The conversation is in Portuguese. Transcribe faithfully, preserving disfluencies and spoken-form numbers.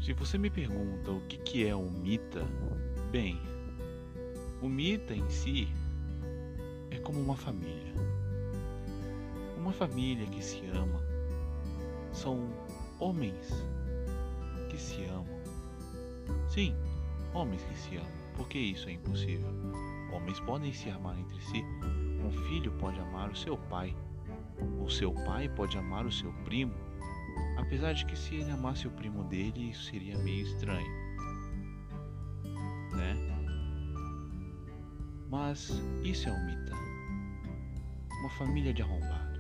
Se você me pergunta o que que é um mita, bem, o mita em si é como uma família. Uma família que se ama. São homens que se amam. Sim, homens que se amam. Porque isso é impossível. Homens podem se amar entre si. Um filho pode amar o seu pai. O seu pai pode amar o seu primo. Apesar de que se ele amasse o primo dele, isso seria meio estranho, né? Mas isso é um mita. Uma família de arrombados.